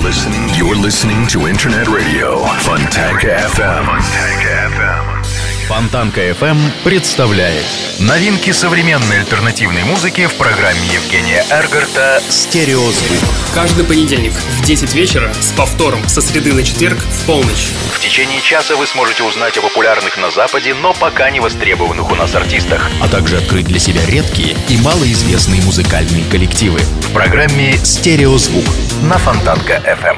You're listening to Internet Radio Fontanka FM. Фонтанка FM представляет новинки современной альтернативной музыки в программе Евгения Эргарта «Стереозвук». Каждый понедельник в 10 вечера с повтором со среды на четверг в полночь. В течение часа вы сможете узнать о популярных на Западе, но пока не востребованных у нас артистах, а также открыть для себя редкие и малоизвестные музыкальные коллективы в программе «Стереозвук» на Фонтанка FM.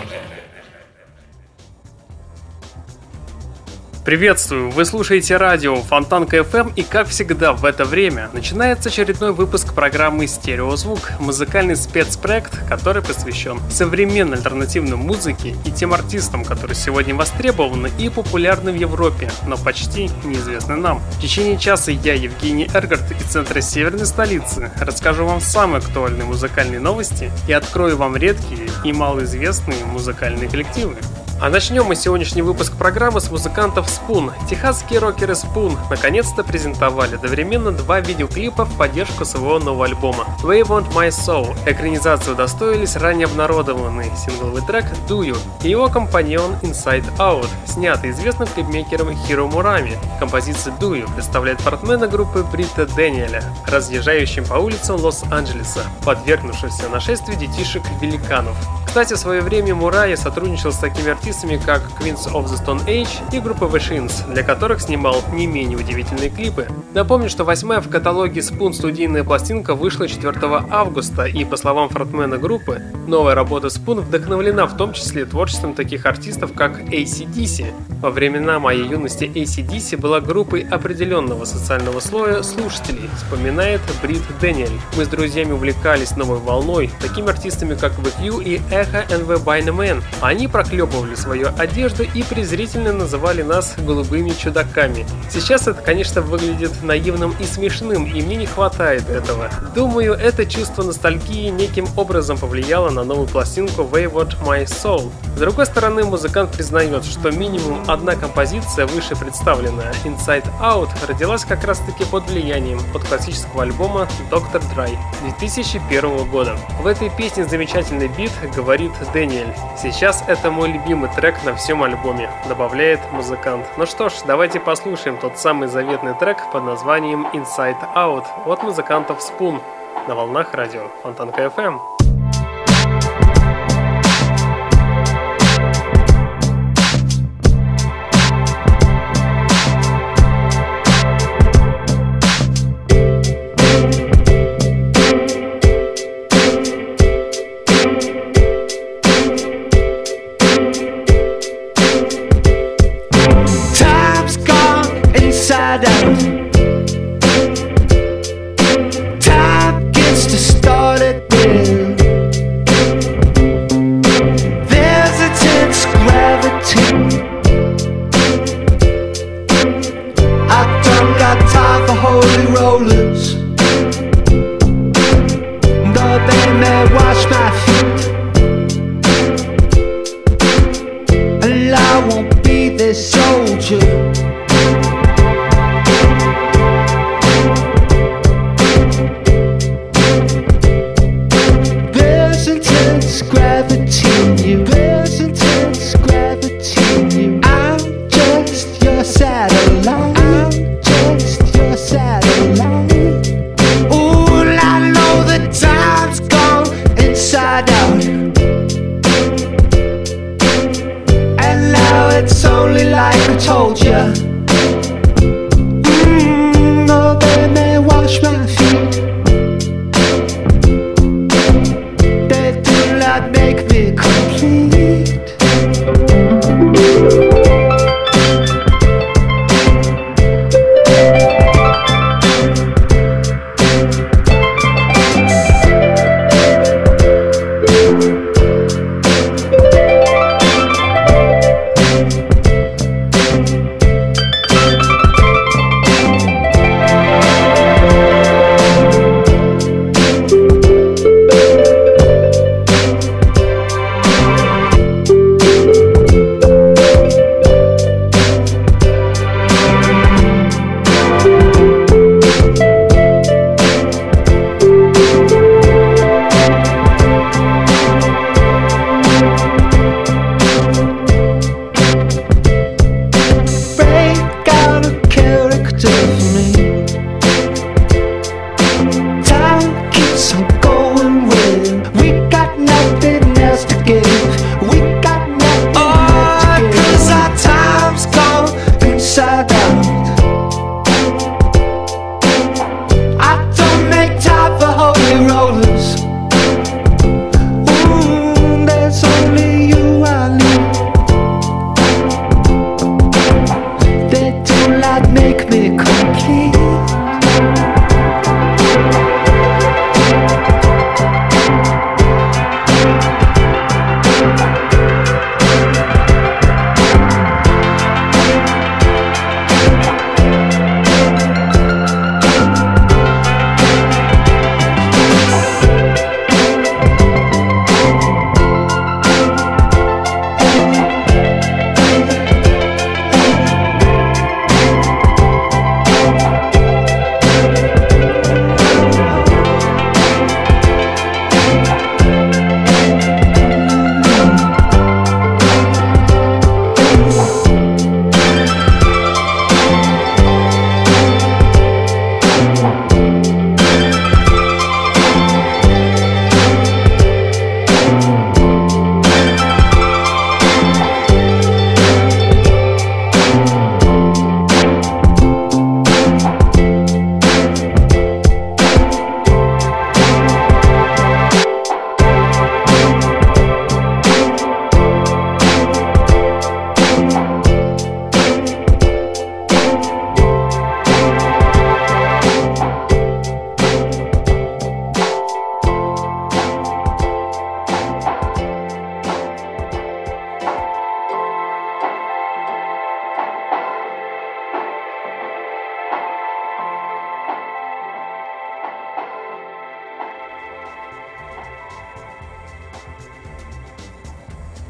Приветствую! Вы слушаете радио Фонтанка FM, и как всегда в это время начинается очередной выпуск программы «Стереозвук», музыкальный спецпроект, который посвящен современной альтернативной музыке и тем артистам, которые сегодня востребованы и популярны в Европе, но почти неизвестны нам. В течение часа я, Евгений Эргарт, из центра северной столицы, расскажу вам самые актуальные музыкальные новости и открою вам редкие и малоизвестные музыкальные коллективы. А начнем мы сегодняшний выпуск программы с музыкантов Spoon. Техасские рокеры Spoon наконец-то презентовали одновременно два видеоклипа в поддержку своего нового альбома They Want My Soul. Экранизацию удостоились ранее обнародованный сингловый трек Do You и его компаньон Inside Out, снятый известным клипмейкером Хиро Мурами. Композиция Do You представляет фронтмена группы Брита Дэниеля, разъезжающим по улицам Лос-Анджелеса, подвергнувшегося нашествию детишек-великанов. Кстати, в свое время Мурай сотрудничал с такими артистами, как Queens of the Stone Age и группа The Shins, для которых снимал не менее удивительные клипы. Напомню, что 8-я в каталоге Spoon студийная пластинка вышла 4 августа, и, по словам фронтмена группы, новая работа Spoon вдохновлена в том числе творчеством таких артистов, как AC/DC. Во времена моей юности AC/DC была группой определенного социального слоя слушателей, вспоминает Брит Дэниель. Мы с друзьями увлекались новой волной, такими артистами, как The Q и Echo and the Bunnymen. Они проклепывали свою одежду и презрительно называли нас голубыми чудаками. Сейчас это, конечно, выглядит наивным и смешным, и мне не хватает этого. Думаю, это чувство ностальгии неким образом повлияло на новую пластинку They Want My Soul. С другой стороны, музыкант признает, что минимум одна композиция, выше представленная Inside Out, родилась как раз таки под влиянием от классического альбома Dr. Dre 2001 года. В этой песне замечательный бит, говорит Дэниель. Сейчас это мой любимый трек на всем альбоме, добавляет музыкант. Ну что ж, давайте послушаем тот самый заветный трек под названием Inside Out от музыкантов Spoon на волнах радио Фонтанка FM. Time gets to start again. There's intense gravity. I don't got time for holy rollers. No, they may wash my feet, and I won't be their soldier. There's intense gravity in you. I'm just your satellite. I'm just your satellite. Ooh, I know the time's gone inside out, and now it's only like I told you. Oh, they may wash my feet, they do not make me complete.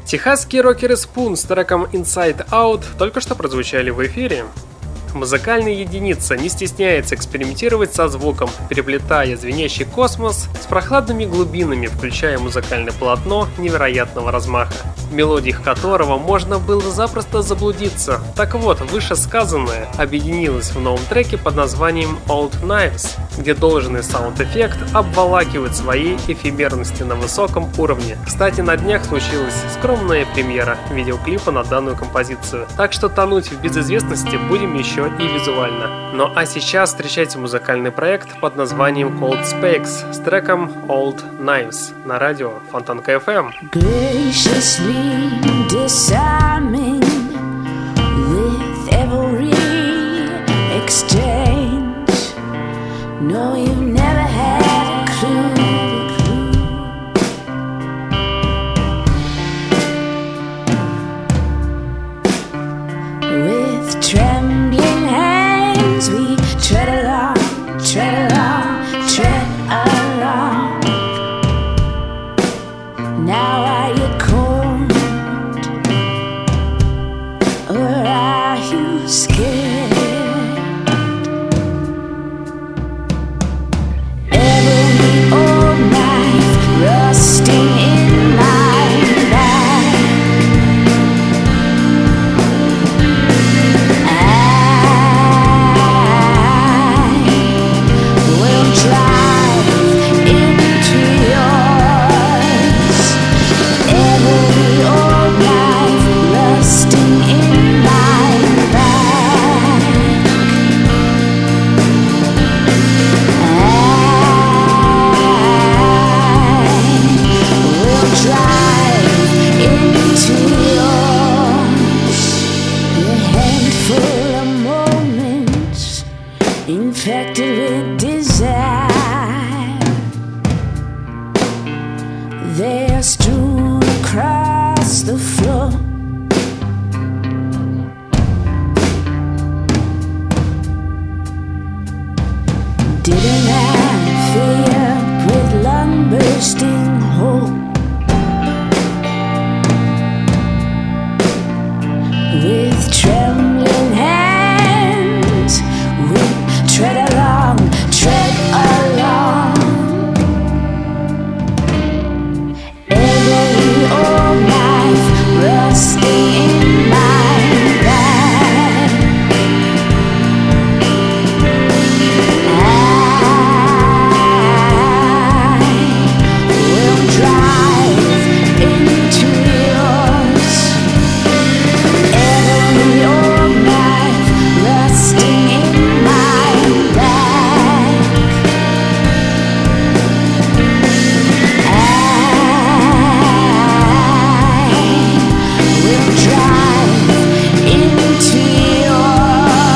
Техасские рокеры Spoon с треком Inside Out только что прозвучали в эфире. Музыкальная единица не стесняется экспериментировать со звуком, переплетая звенящий космос с прохладными глубинами, включая музыкальное полотно невероятного размаха, в мелодиях которого можно было запросто заблудиться. Так вот, вышесказанное объединилось в новом треке под названием Old Knives, где должный саунд-эффект обволакивает своей эфемерностью на высоком уровне. Кстати, на днях случилась скромная премьера видеоклипа на данную композицию, так что тонуть в безызвестности будем еще и визуально. Ну а сейчас встречайте музыкальный проект под названием Cold Spakes с треком Old Knives на радио Фонтанка FM. Graciously disarming with every exchange. No, you've never had a clue. With trembling hands we tread along, tread along, tread along. Now are you cold, or are you scared? Every old knife rusting in my back. I will drive into yours. Every old knife rusting in my back. I will drive into yours. A handful of moments infected with desire. They're strewn across the floor. Didn't I fill you up with lung-bursting hope? With trembling hands we tread along, tread along. Every old knife rusting in my back. I will drive into yours. Every old knife rusting in my back. I will drive into yours.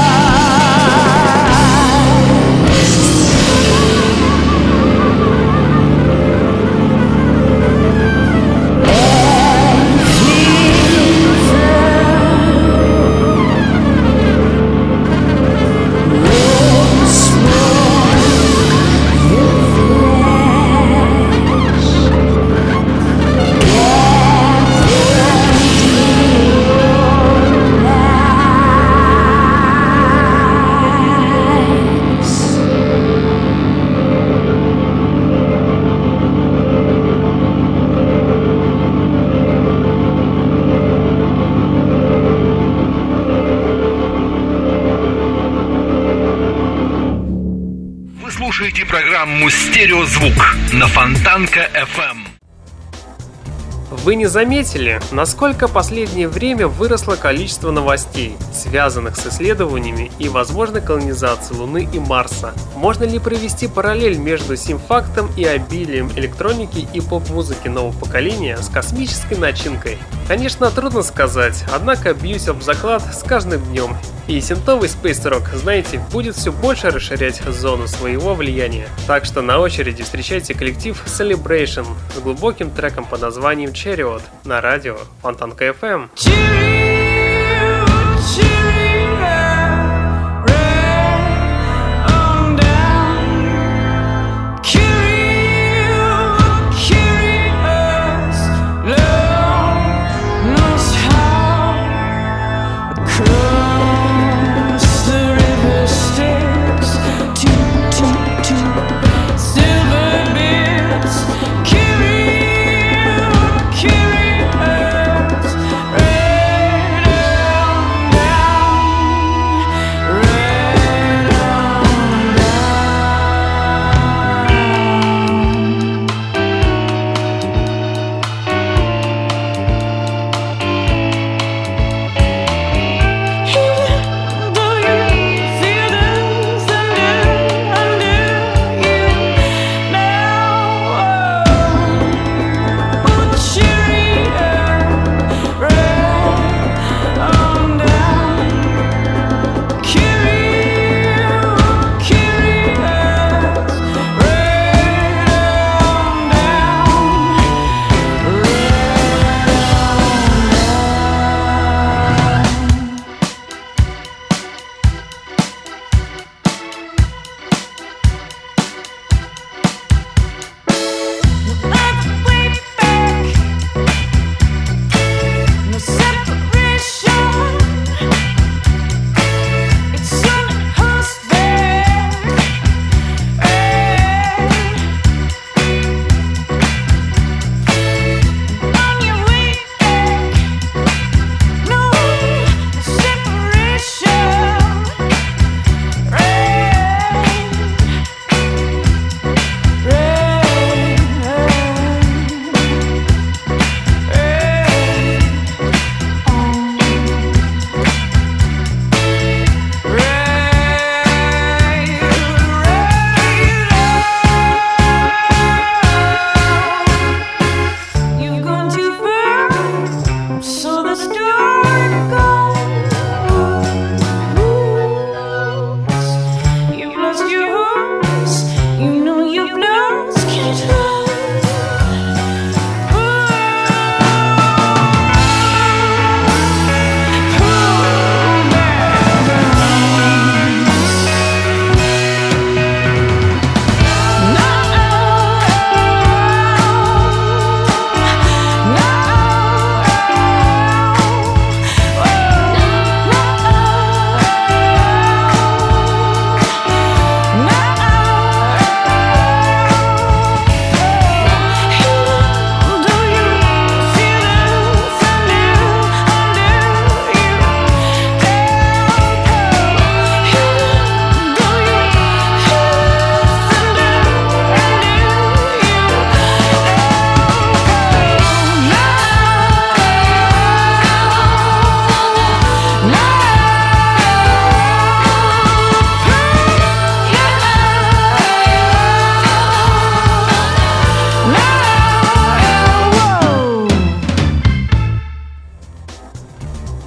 Вы слушаете программу «Стереозвук» на Фонтанка FM. Вы не заметили, насколько последнее время выросло количество новостей, связанных с исследованиями и возможной колонизацией Луны и Марса? Можно ли провести параллель между сим фактом и обилием электроники и поп-музыки нового поколения с космической начинкой? Конечно, трудно сказать, однако бьюсь об заклад с каждым днем. И синтовый Space Rock, знаете, будет все больше расширять зону своего влияния. Так что на очереди встречайте коллектив Celebration с глубоким треком под названием Chariot на радио Фонтанка FM.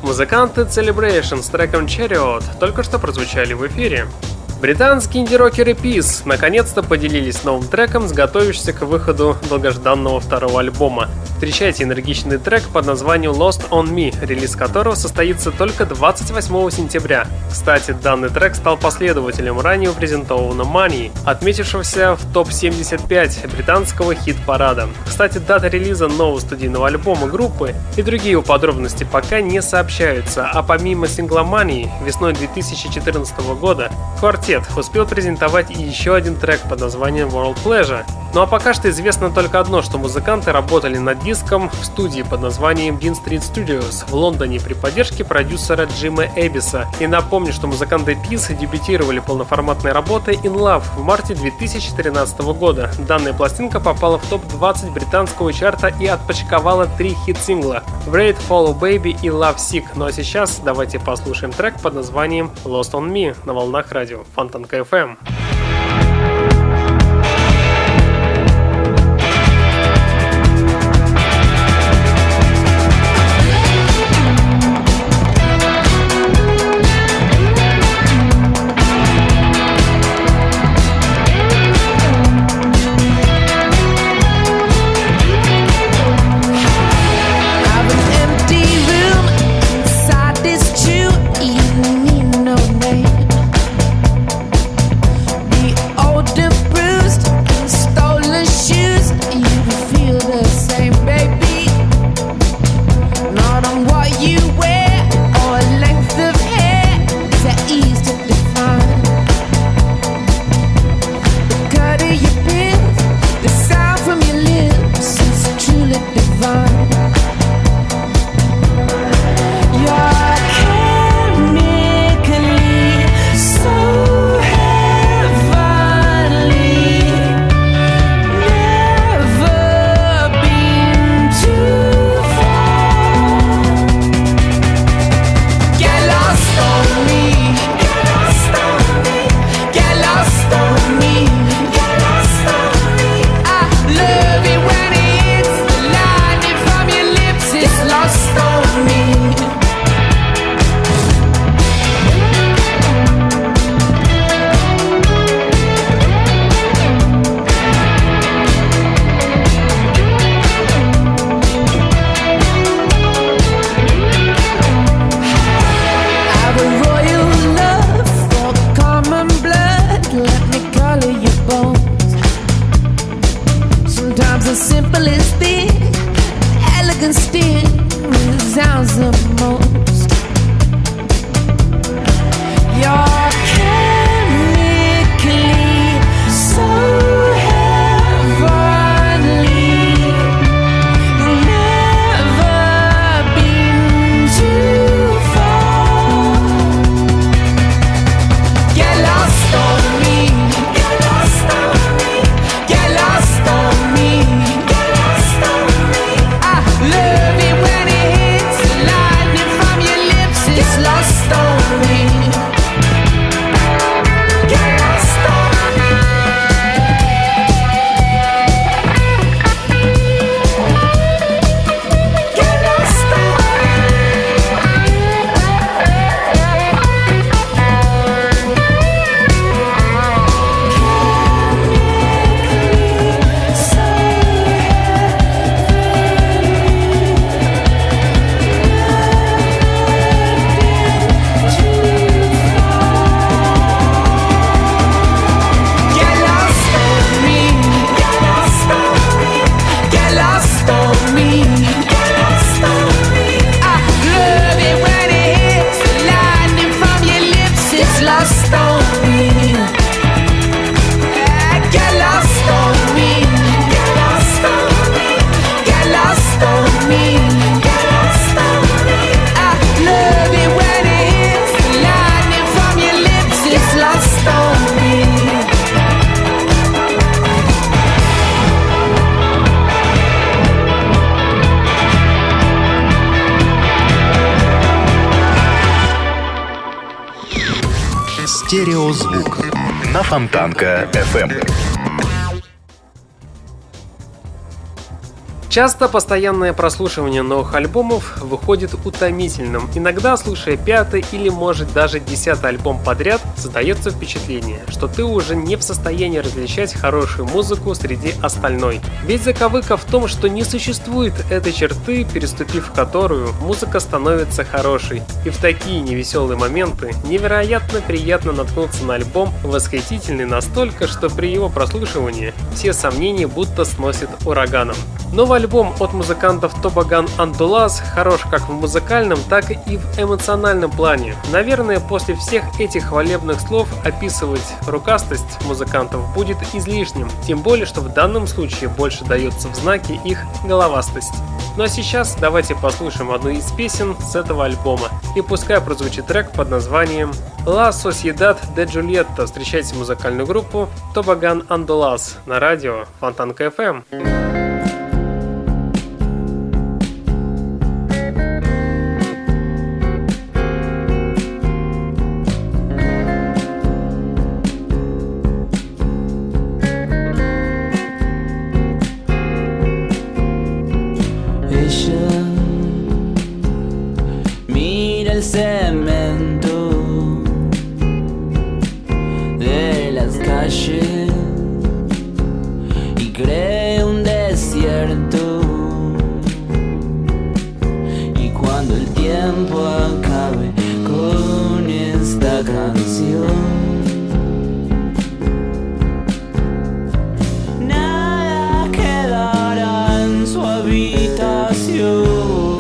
Музыканты Celebration с треком Chariot только что прозвучали в эфире. Британские инди-рокеры Peace наконец-то поделились новым треком с готовящимся к выходу долгожданного второго альбома. Встречайте энергичный трек под названием Lost on Me, релиз которого состоится только 28 сентября. Кстати, данный трек стал последователем ранее презентованного Money, отметившегося в топ-75 британского хит-парада. Кстати, дата релиза нового студийного альбома группы и другие подробности пока не сообщаются, а помимо сингла Money весной 2014 года квартет успел презентовать и еще один трек под названием World Pleasure. Ну а пока что известно только одно, что музыканты работали над диском в студии под названием Dean Street Studios в Лондоне при поддержке продюсера Джима Эббиса. И напомню, что музыканты Peace дебютировали полноформатной работой In Love в марте 2013 года. Данная пластинка попала в топ-20 британского чарта и отпочковала 3 хит-сингла Wait, Follow Baby и Love Sick. Ну а сейчас давайте послушаем трек под названием Lost on Me на волнах радио Фонтанка FM. Стереозвук на Фонтанка FM. Часто постоянное прослушивание новых альбомов выходит утомительным. Иногда, слушая 5-й или, может, даже 10-й альбом подряд, создается впечатление, что ты уже не в состоянии различать хорошую музыку среди остальной. Ведь заковыка в том, что не существует этой черты, переступив которую музыка становится хорошей. И в такие невеселые моменты невероятно приятно наткнуться на альбом, восхитительный настолько, что при его прослушивании все сомнения будто сносит ураганом. Новый альбом от музыкантов Toboggan and Dullas хорош как в музыкальном, так и в эмоциональном плане. Наверное, после всех этих хвалебных слов описывать рукастость музыкантов будет излишним, тем более, что в данном случае больше дается в знаке их головастость. Ну а сейчас давайте послушаем одну из песен с этого альбома. И пускай прозвучит трек под названием La Sociedad de Julieta. Встречайте музыкальную группу Toboggan and Dullas на радио Фонтанка FM. Mira el cemento de las calles y cree un desierto, y cuando el tiempo acabe con esta canción, nada quedará en su habitación.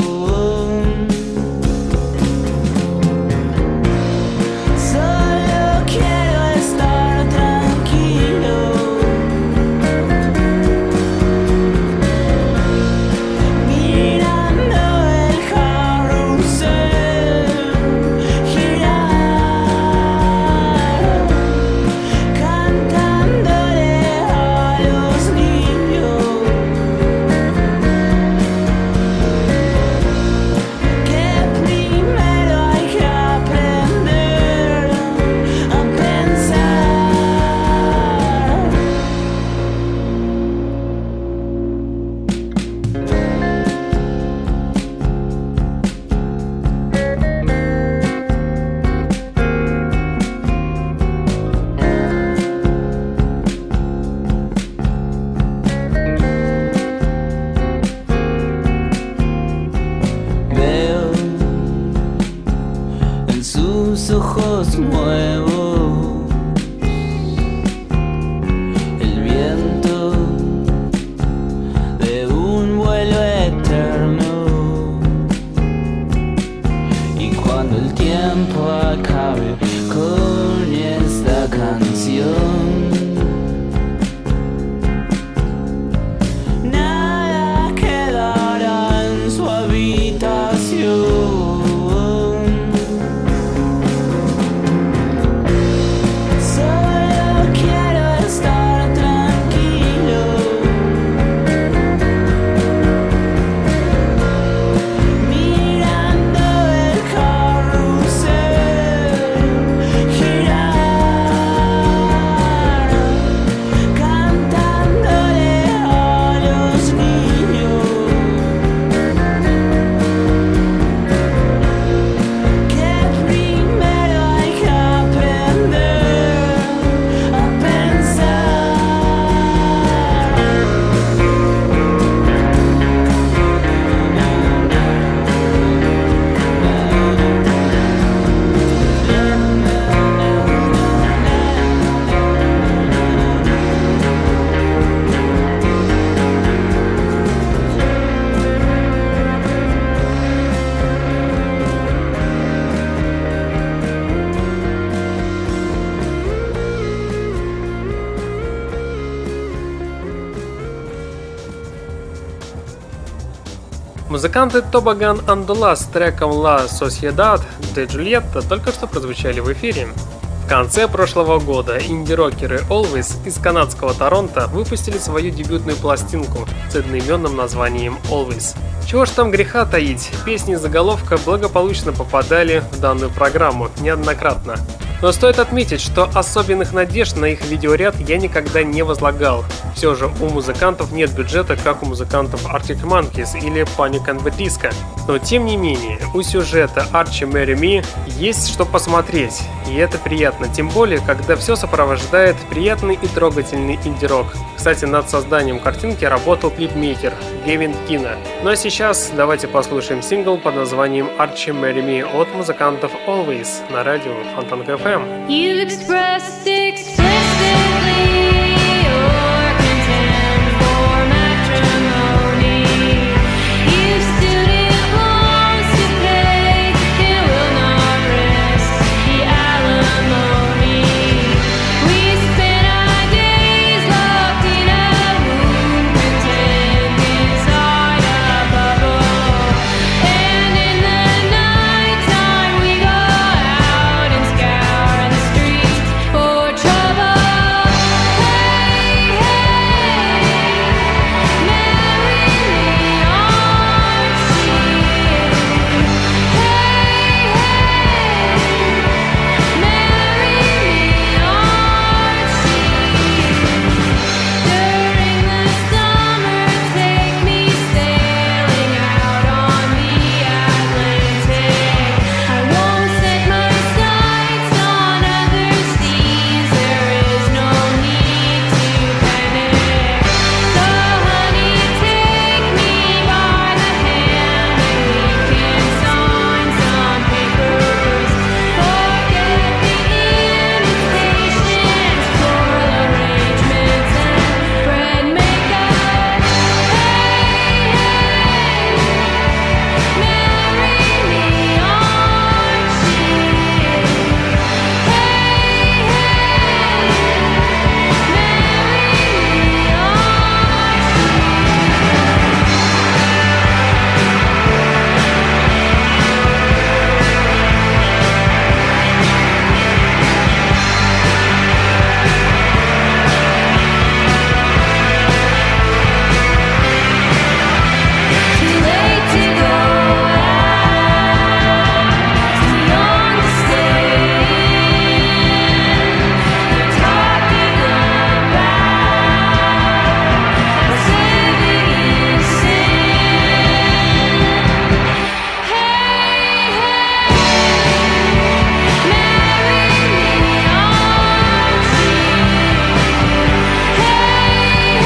Ojos nuevos, el viento de un vuelo eterno, y cuando el tiempo acabe con esta canción, nada quedará en su habitación. Музыканты Toboggan and Dullas с треком La Sociedad de Julieta только что прозвучали в эфире. В конце прошлого года инди-рокеры Always из канадского Торонто выпустили свою дебютную пластинку с одноименным названием Always. Чего ж там греха таить, песни заголовка благополучно попадали в данную программу неоднократно. Но стоит отметить, что особенных надежд на их видеоряд я никогда не возлагал. Все же у музыкантов нет бюджета, как у музыкантов Arctic Monkeys или Panic! At the Disco. Но тем не менее, у сюжета Archie Marry Me есть что посмотреть, и это приятно, тем более, когда все сопровождает приятный и трогательный инди-рок. Кстати, над созданием картинки работал клипмейкер Гевин Кина. Ну а сейчас давайте послушаем сингл под названием Archie Marry Me от музыкантов Always на радио Фонтанка FM. You've expressed explicitly your contempt for matrimony. You stood in loans to pay, it will not risk the alimony. We spent our days locked in a room, content inside a bubble. And in the night time we go out and scour the streets for trouble. Hey, hey, marry me, Archie. Hey, hey, marry me, Archie. During the summer, take me sailing out on the Atlantic. I won't set my sights on other seas. There is no need to panic. So honey, take me by the hand and we can sign some papers. Forget the invitations, floral arrangements and bread makeup. Hey, hey, marry me, Archie. Hey, too late to go out, too young to stay in. You're talking about a civic sin. Hey, hey, marry me, Archie. Hey,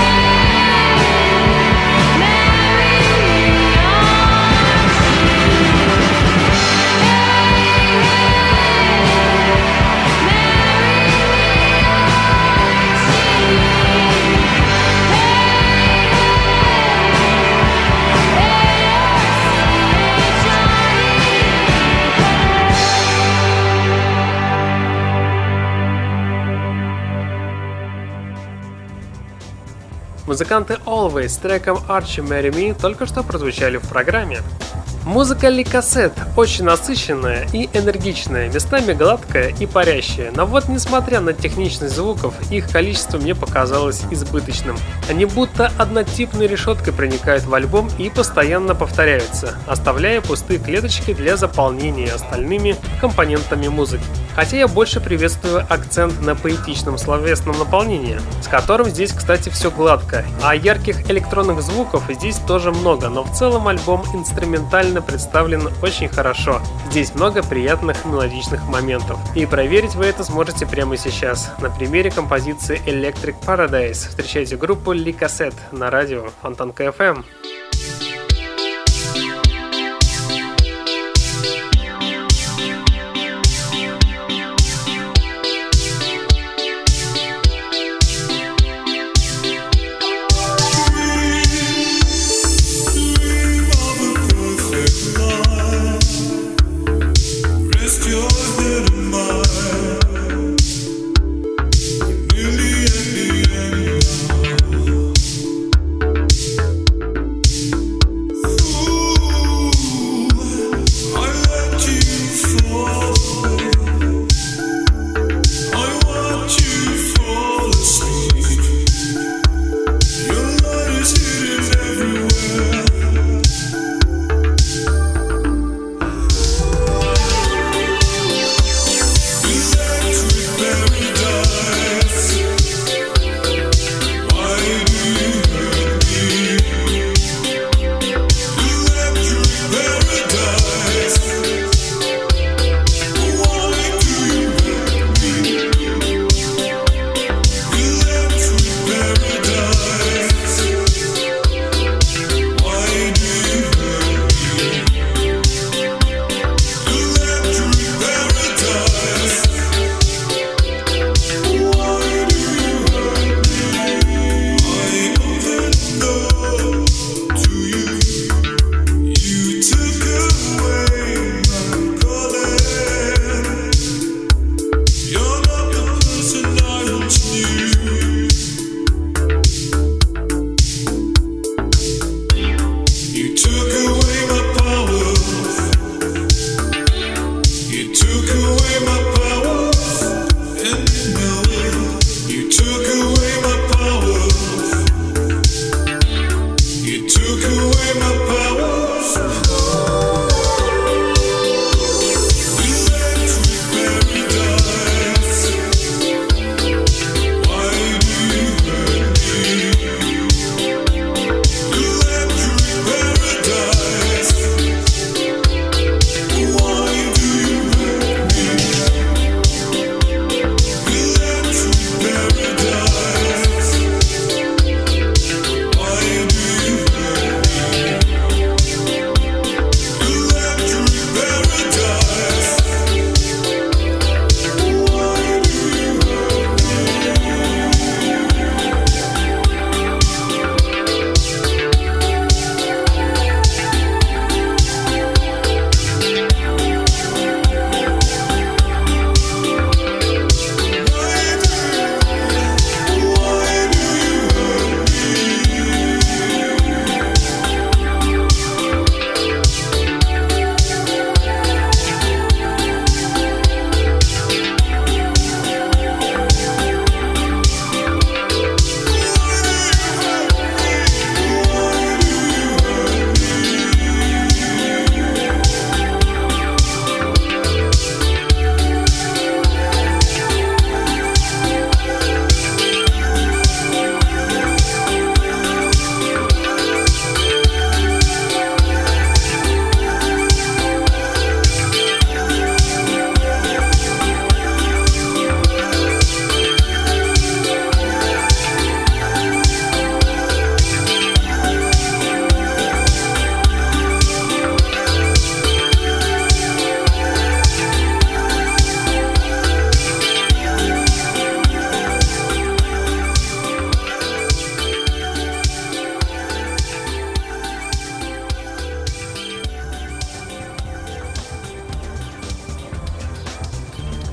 Музыканты Always с треком Archie Marry Me только что прозвучали в программе. Музыка Ликасет очень насыщенная и энергичная, местами гладкая и парящая, но вот несмотря на техничность звуков, их количество мне показалось избыточным. Они будто однотипной решеткой проникают в альбом и постоянно повторяются, оставляя пустые клеточки для заполнения остальными компонентами музыки. Хотя я больше приветствую акцент на поэтичном словесном наполнении, с которым здесь, кстати, все гладко, а ярких электронных звуков здесь тоже много, но в целом альбом инструментально представлен очень хорошо. Здесь много приятных мелодичных моментов. И проверить вы это сможете прямо сейчас на примере композиции Electric Paradise. Встречайте группу Ликасет на радио Фонтанка FM.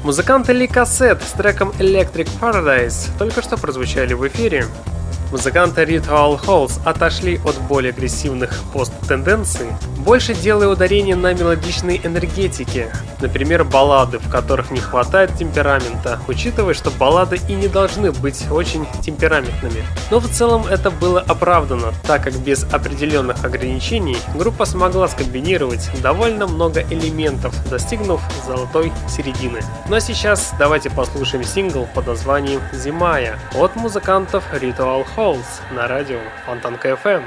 Музыканты Ли Кассет с треком Electric Paradise только что прозвучали в эфире. Музыканты Ritual Halls отошли от более агрессивных пост-тенденций, больше делая ударение на мелодичной энергетике, например, баллады, в которых не хватает темперамента, учитывая, что баллады и не должны быть очень темпераментными. Но в целом это было оправдано, так как без определенных ограничений группа смогла скомбинировать довольно много элементов, достигнув золотой середины. Ну а сейчас давайте послушаем сингл под названием «Зимая» от музыкантов Ritual Halls на радио Фонтанка FM.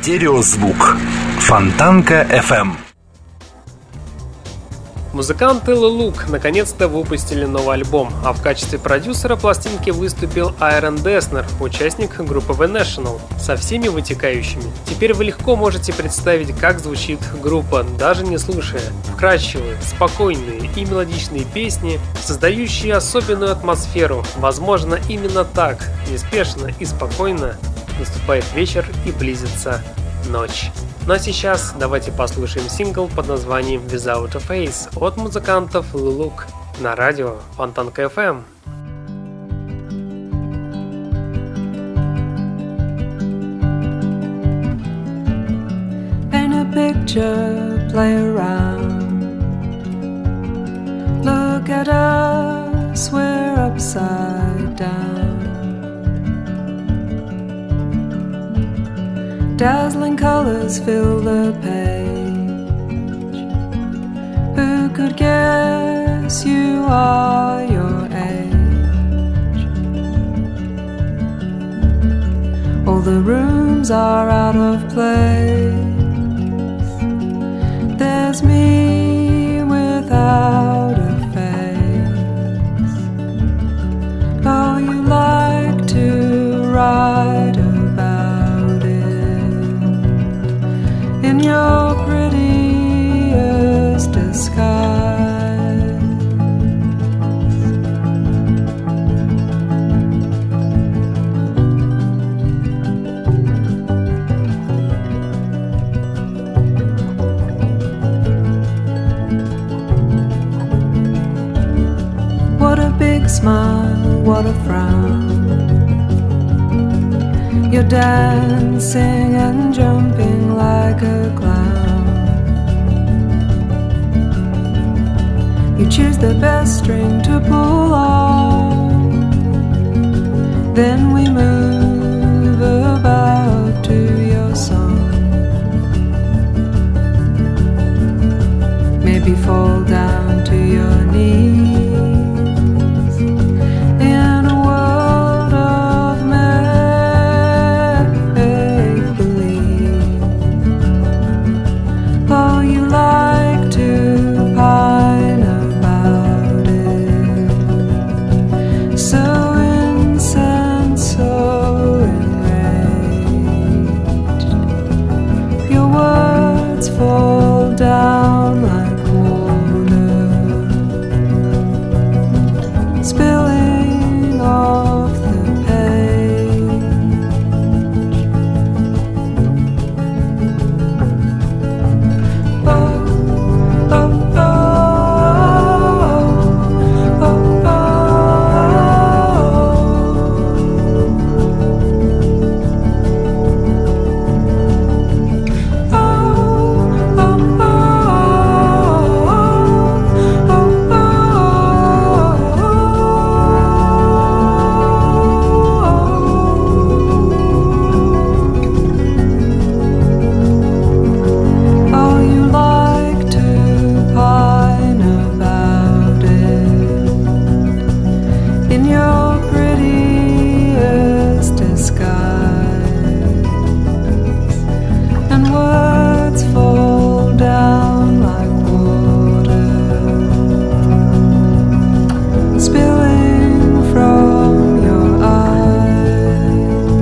Стереозвук. Фонтанка FM. Музыканты Luluk наконец-то выпустили новый альбом, а в качестве продюсера пластинки выступил Айрон Деснер, участник группы The National, со всеми вытекающими. Теперь вы легко можете представить, как звучит группа, даже не слушая. Вкрадчивые, спокойные и мелодичные песни, создающие особенную атмосферу. Возможно, именно так, неспешно и спокойно, наступает вечер и близится ночь. Ну а сейчас давайте послушаем сингл под названием Without a Face от музыкантов Luluk на радио Фонтанка FM. Paint a picture, play around. Look at us, we're upside down. Dazzling colors fill the page. Who could guess you are your age? All the rooms are out of place. There's me without a face. Oh, you like to write about it in your prettiest disguise. What a big smile, what a frown. You're dancing and jumping like a clown. You choose the best string to pull on. Then we move about to your song. Maybe fall down to your knees. In a world of make-believe. Oh, you like to pine about it. So incensed, so enraged. Your words fall down like water, spilling off the page. Oh, oh, oh, oh, oh, oh, you like to pine about it in your prettiest disguise, and words fall down like water, spilling from your eyes.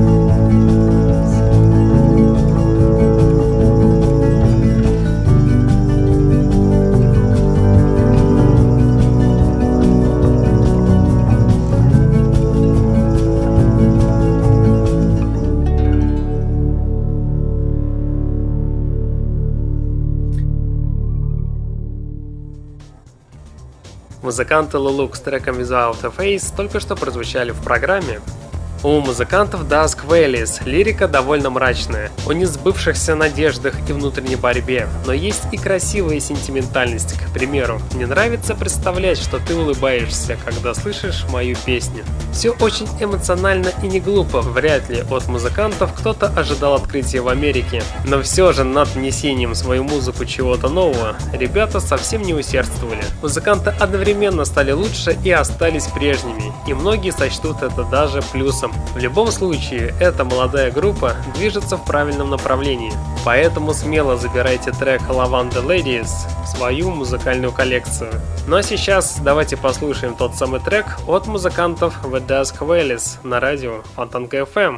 Музыканты Luluk с треком Without a Face только что прозвучали в программе. У музыкантов Dusk Valleys лирика довольно мрачная, о несбывшихся надеждах и внутренней борьбе, но есть и красивая сентиментальность. К примеру, мне нравится представлять, что ты улыбаешься, когда слышишь мою песню. Все очень эмоционально и не глупо, вряд ли от музыкантов кто-то ожидал открытия в Америке. Но все же над внесением в свою музыку чего-то нового ребята совсем не усердствовали. Музыканты одновременно стали лучше и остались прежними, и многие сочтут это даже плюсом. В любом случае, эта молодая группа движется в правильном направлении, поэтому смело забирайте трек Lavender Ladies в свою музыкальную коллекцию. Ну а сейчас давайте послушаем тот самый трек от музыкантов The Dusk Valley на радио Фонтанка FM.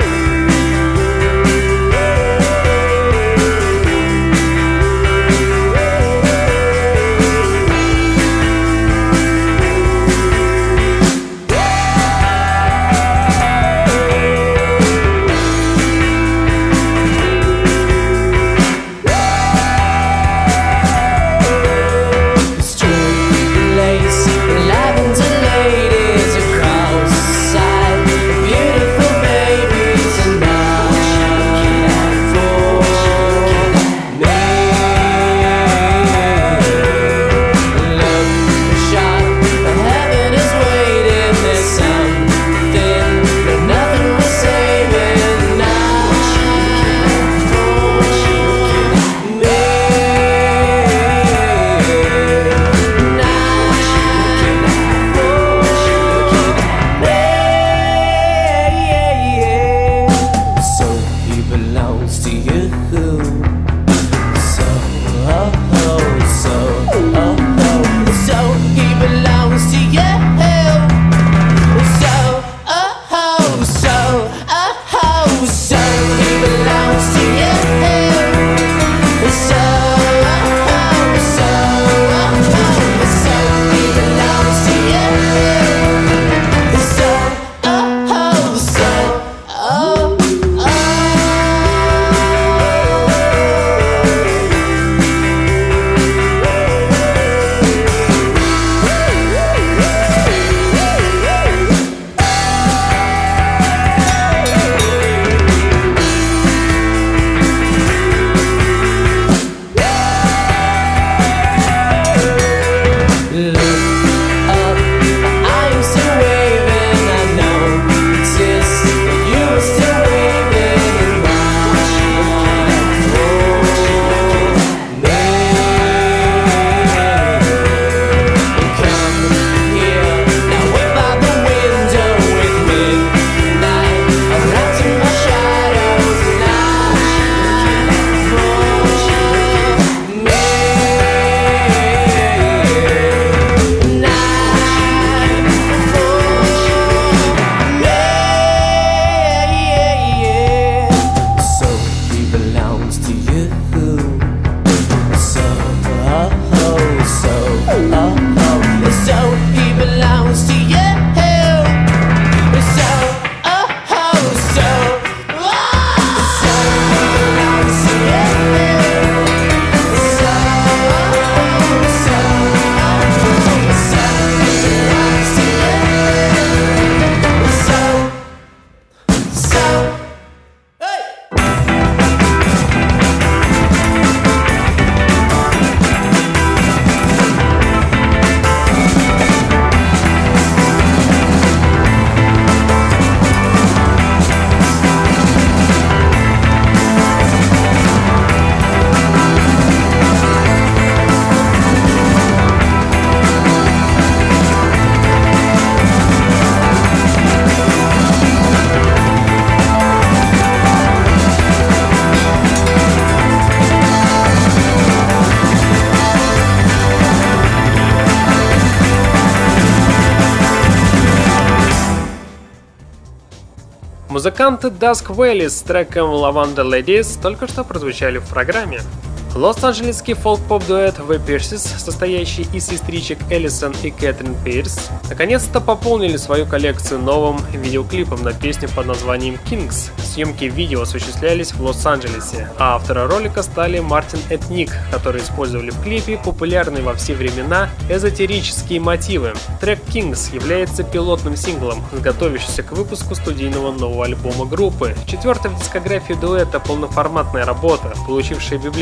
Lavender ladies across the side, beautiful babies. Музыканты Dusk Valley с треком Lavender Ladies только что прозвучали в программе. Лос-Анджелесский фолк-поп-дуэт The Pierces, состоящий из сестричек Элисон и Кэтрин Пирс, наконец-то пополнили свою коллекцию новым видеоклипом на песню под названием Kings. Съемки видео осуществлялись в Лос-Анджелесе, а авторы ролика стали Мартин и Ник, которые использовали в клипе популярные во все времена эзотерические мотивы. Трек Kings является пилотным синглом, готовящимся к выпуску студийного нового альбома группы. Четвертая в дискографии дуэта полноформатная работа, получившая библейское название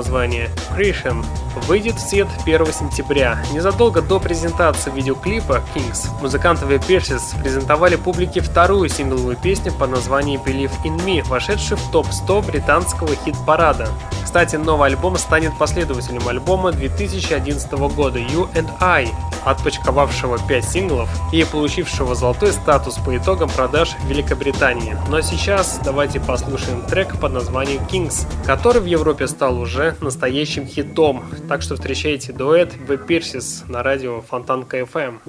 название Creation выйдет в свет 1 сентября. Незадолго до презентации видеоклипа Kings музыканты The Pierces презентовали публике вторую сингловую песню под названием Believe in Me, вошедшую в топ-100 британского хит-парада. Кстати, новый альбом станет последователем альбома 2011 года You and I, отпочковавшего 5 синглов и получившего золотой статус по итогам продаж в Великобритании. Но сейчас давайте послушаем трек под названием Kings, который в Европе стал уже настоящим хитом. Так что встречайте дуэт The Pierces на радио Фонтанка FM.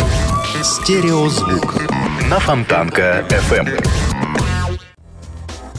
Стереозвук на Фонтанка FM.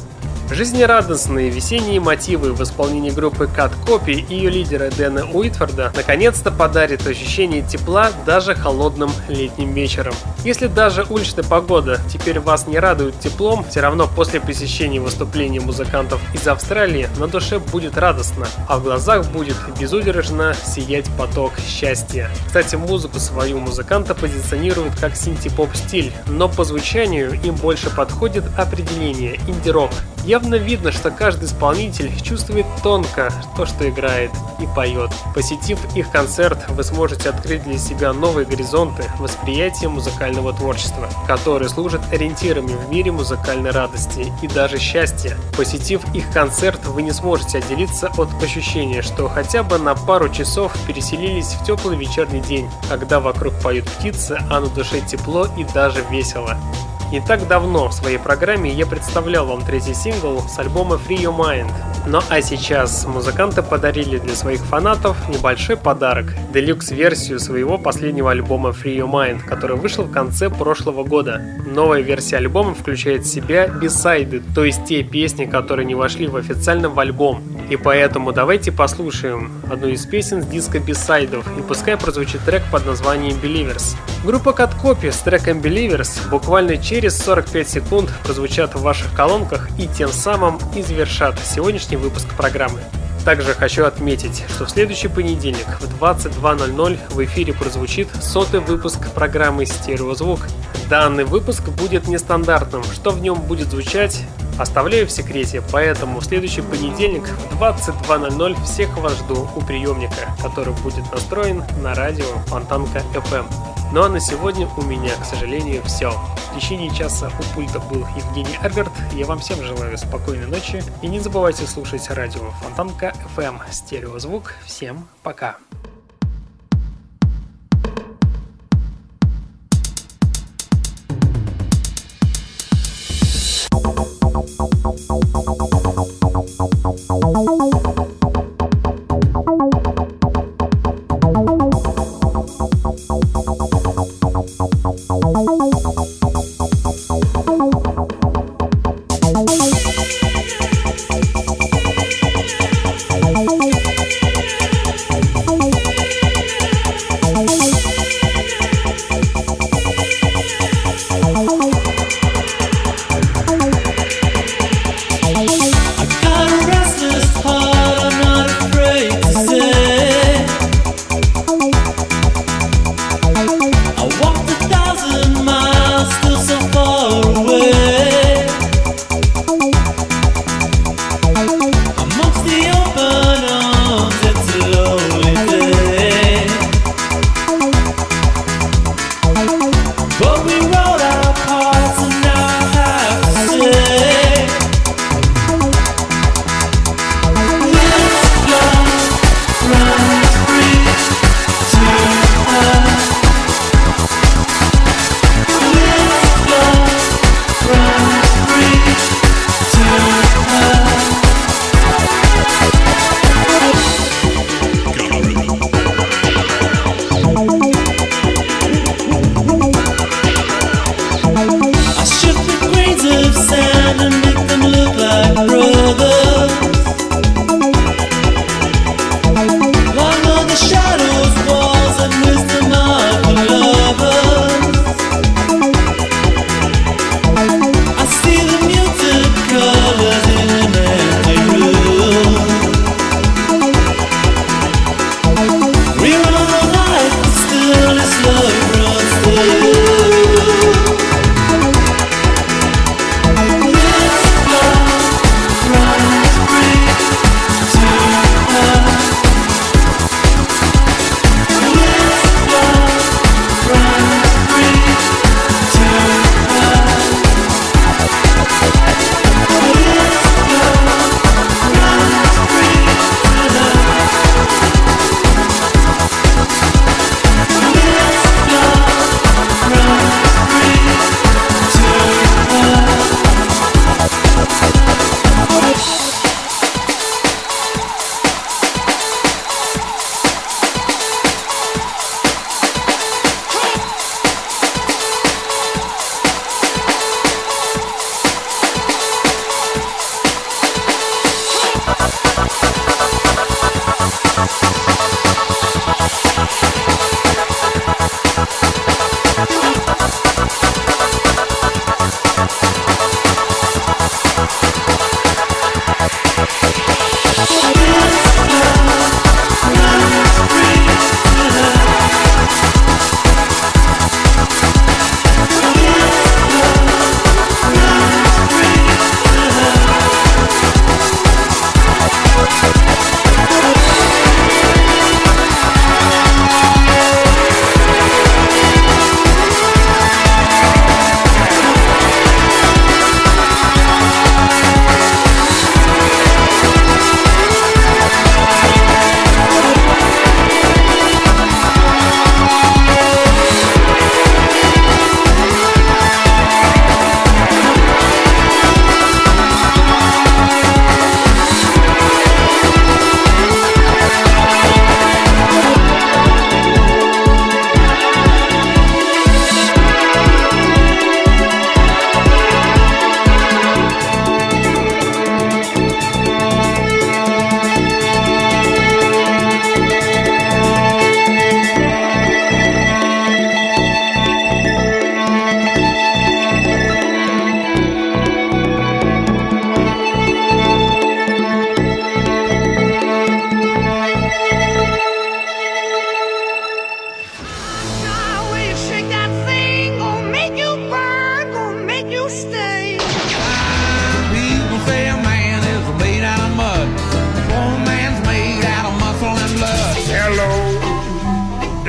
Жизнерадостные весенние мотивы в исполнении группы Cut Copy и ее лидера Дэна Уитфорда наконец-то подарит ощущение тепла даже холодным летним вечером. Если даже уличная погода теперь вас не радует теплом, все равно после посещения выступления музыкантов из Австралии на душе будет радостно, а в глазах будет безудержно сиять поток счастья. Кстати, музыку свою музыканта позиционируют как синти-поп стиль, но по звучанию им больше подходит определение инди-рок. Явно видно, что каждый исполнитель чувствует тонко то, что играет и поет. Посетив их концерт, вы сможете открыть для себя новые горизонты восприятия музыкального творчества, которые служат ориентирами в мире музыкальной радости и даже счастья. Посетив их концерт, вы не сможете отделиться от ощущения, что хотя бы на пару часов переселились в теплый вечерний день, когда вокруг поют птицы, а на душе тепло и даже весело. Не так давно в своей программе я представлял вам третий сингл с альбома Free Your Mind. Ну а сейчас музыканты подарили для своих фанатов небольшой подарок – делюкс-версию своего последнего альбома Free Your Mind, который вышел в конце прошлого года. Новая версия альбома включает в себя бисайды, то есть те песни, которые не вошли в официально в альбом. И поэтому давайте послушаем одну из песен с диска бисайдов, и пускай прозвучит трек под названием Believers. Группа Cut Copy с треком Believers буквально через 45 секунд прозвучат в ваших колонках и тем самым и завершат сегодняшний выпуск программы. Также хочу отметить, что в следующий понедельник в 22:00 в эфире прозвучит 100-й выпуск программы «Стереозвук». Данный выпуск будет нестандартным, что в нем будет звучать, оставляю в секрете, поэтому в следующий понедельник в 22:00 всех вас жду у приемника, который будет настроен на радио Фонтанка FM. Ну а на сегодня у меня, к сожалению, все. В течение часа у пульта был Евгений Альберт. Я вам всем желаю спокойной ночи. И не забывайте слушать радио Фонтанка FM «Стереозвук». Всем пока.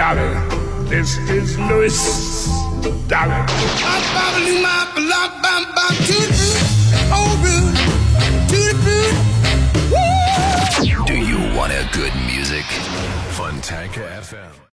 Dolly, this is Louis. Dolly. Do you want a good music? Fontanka FM.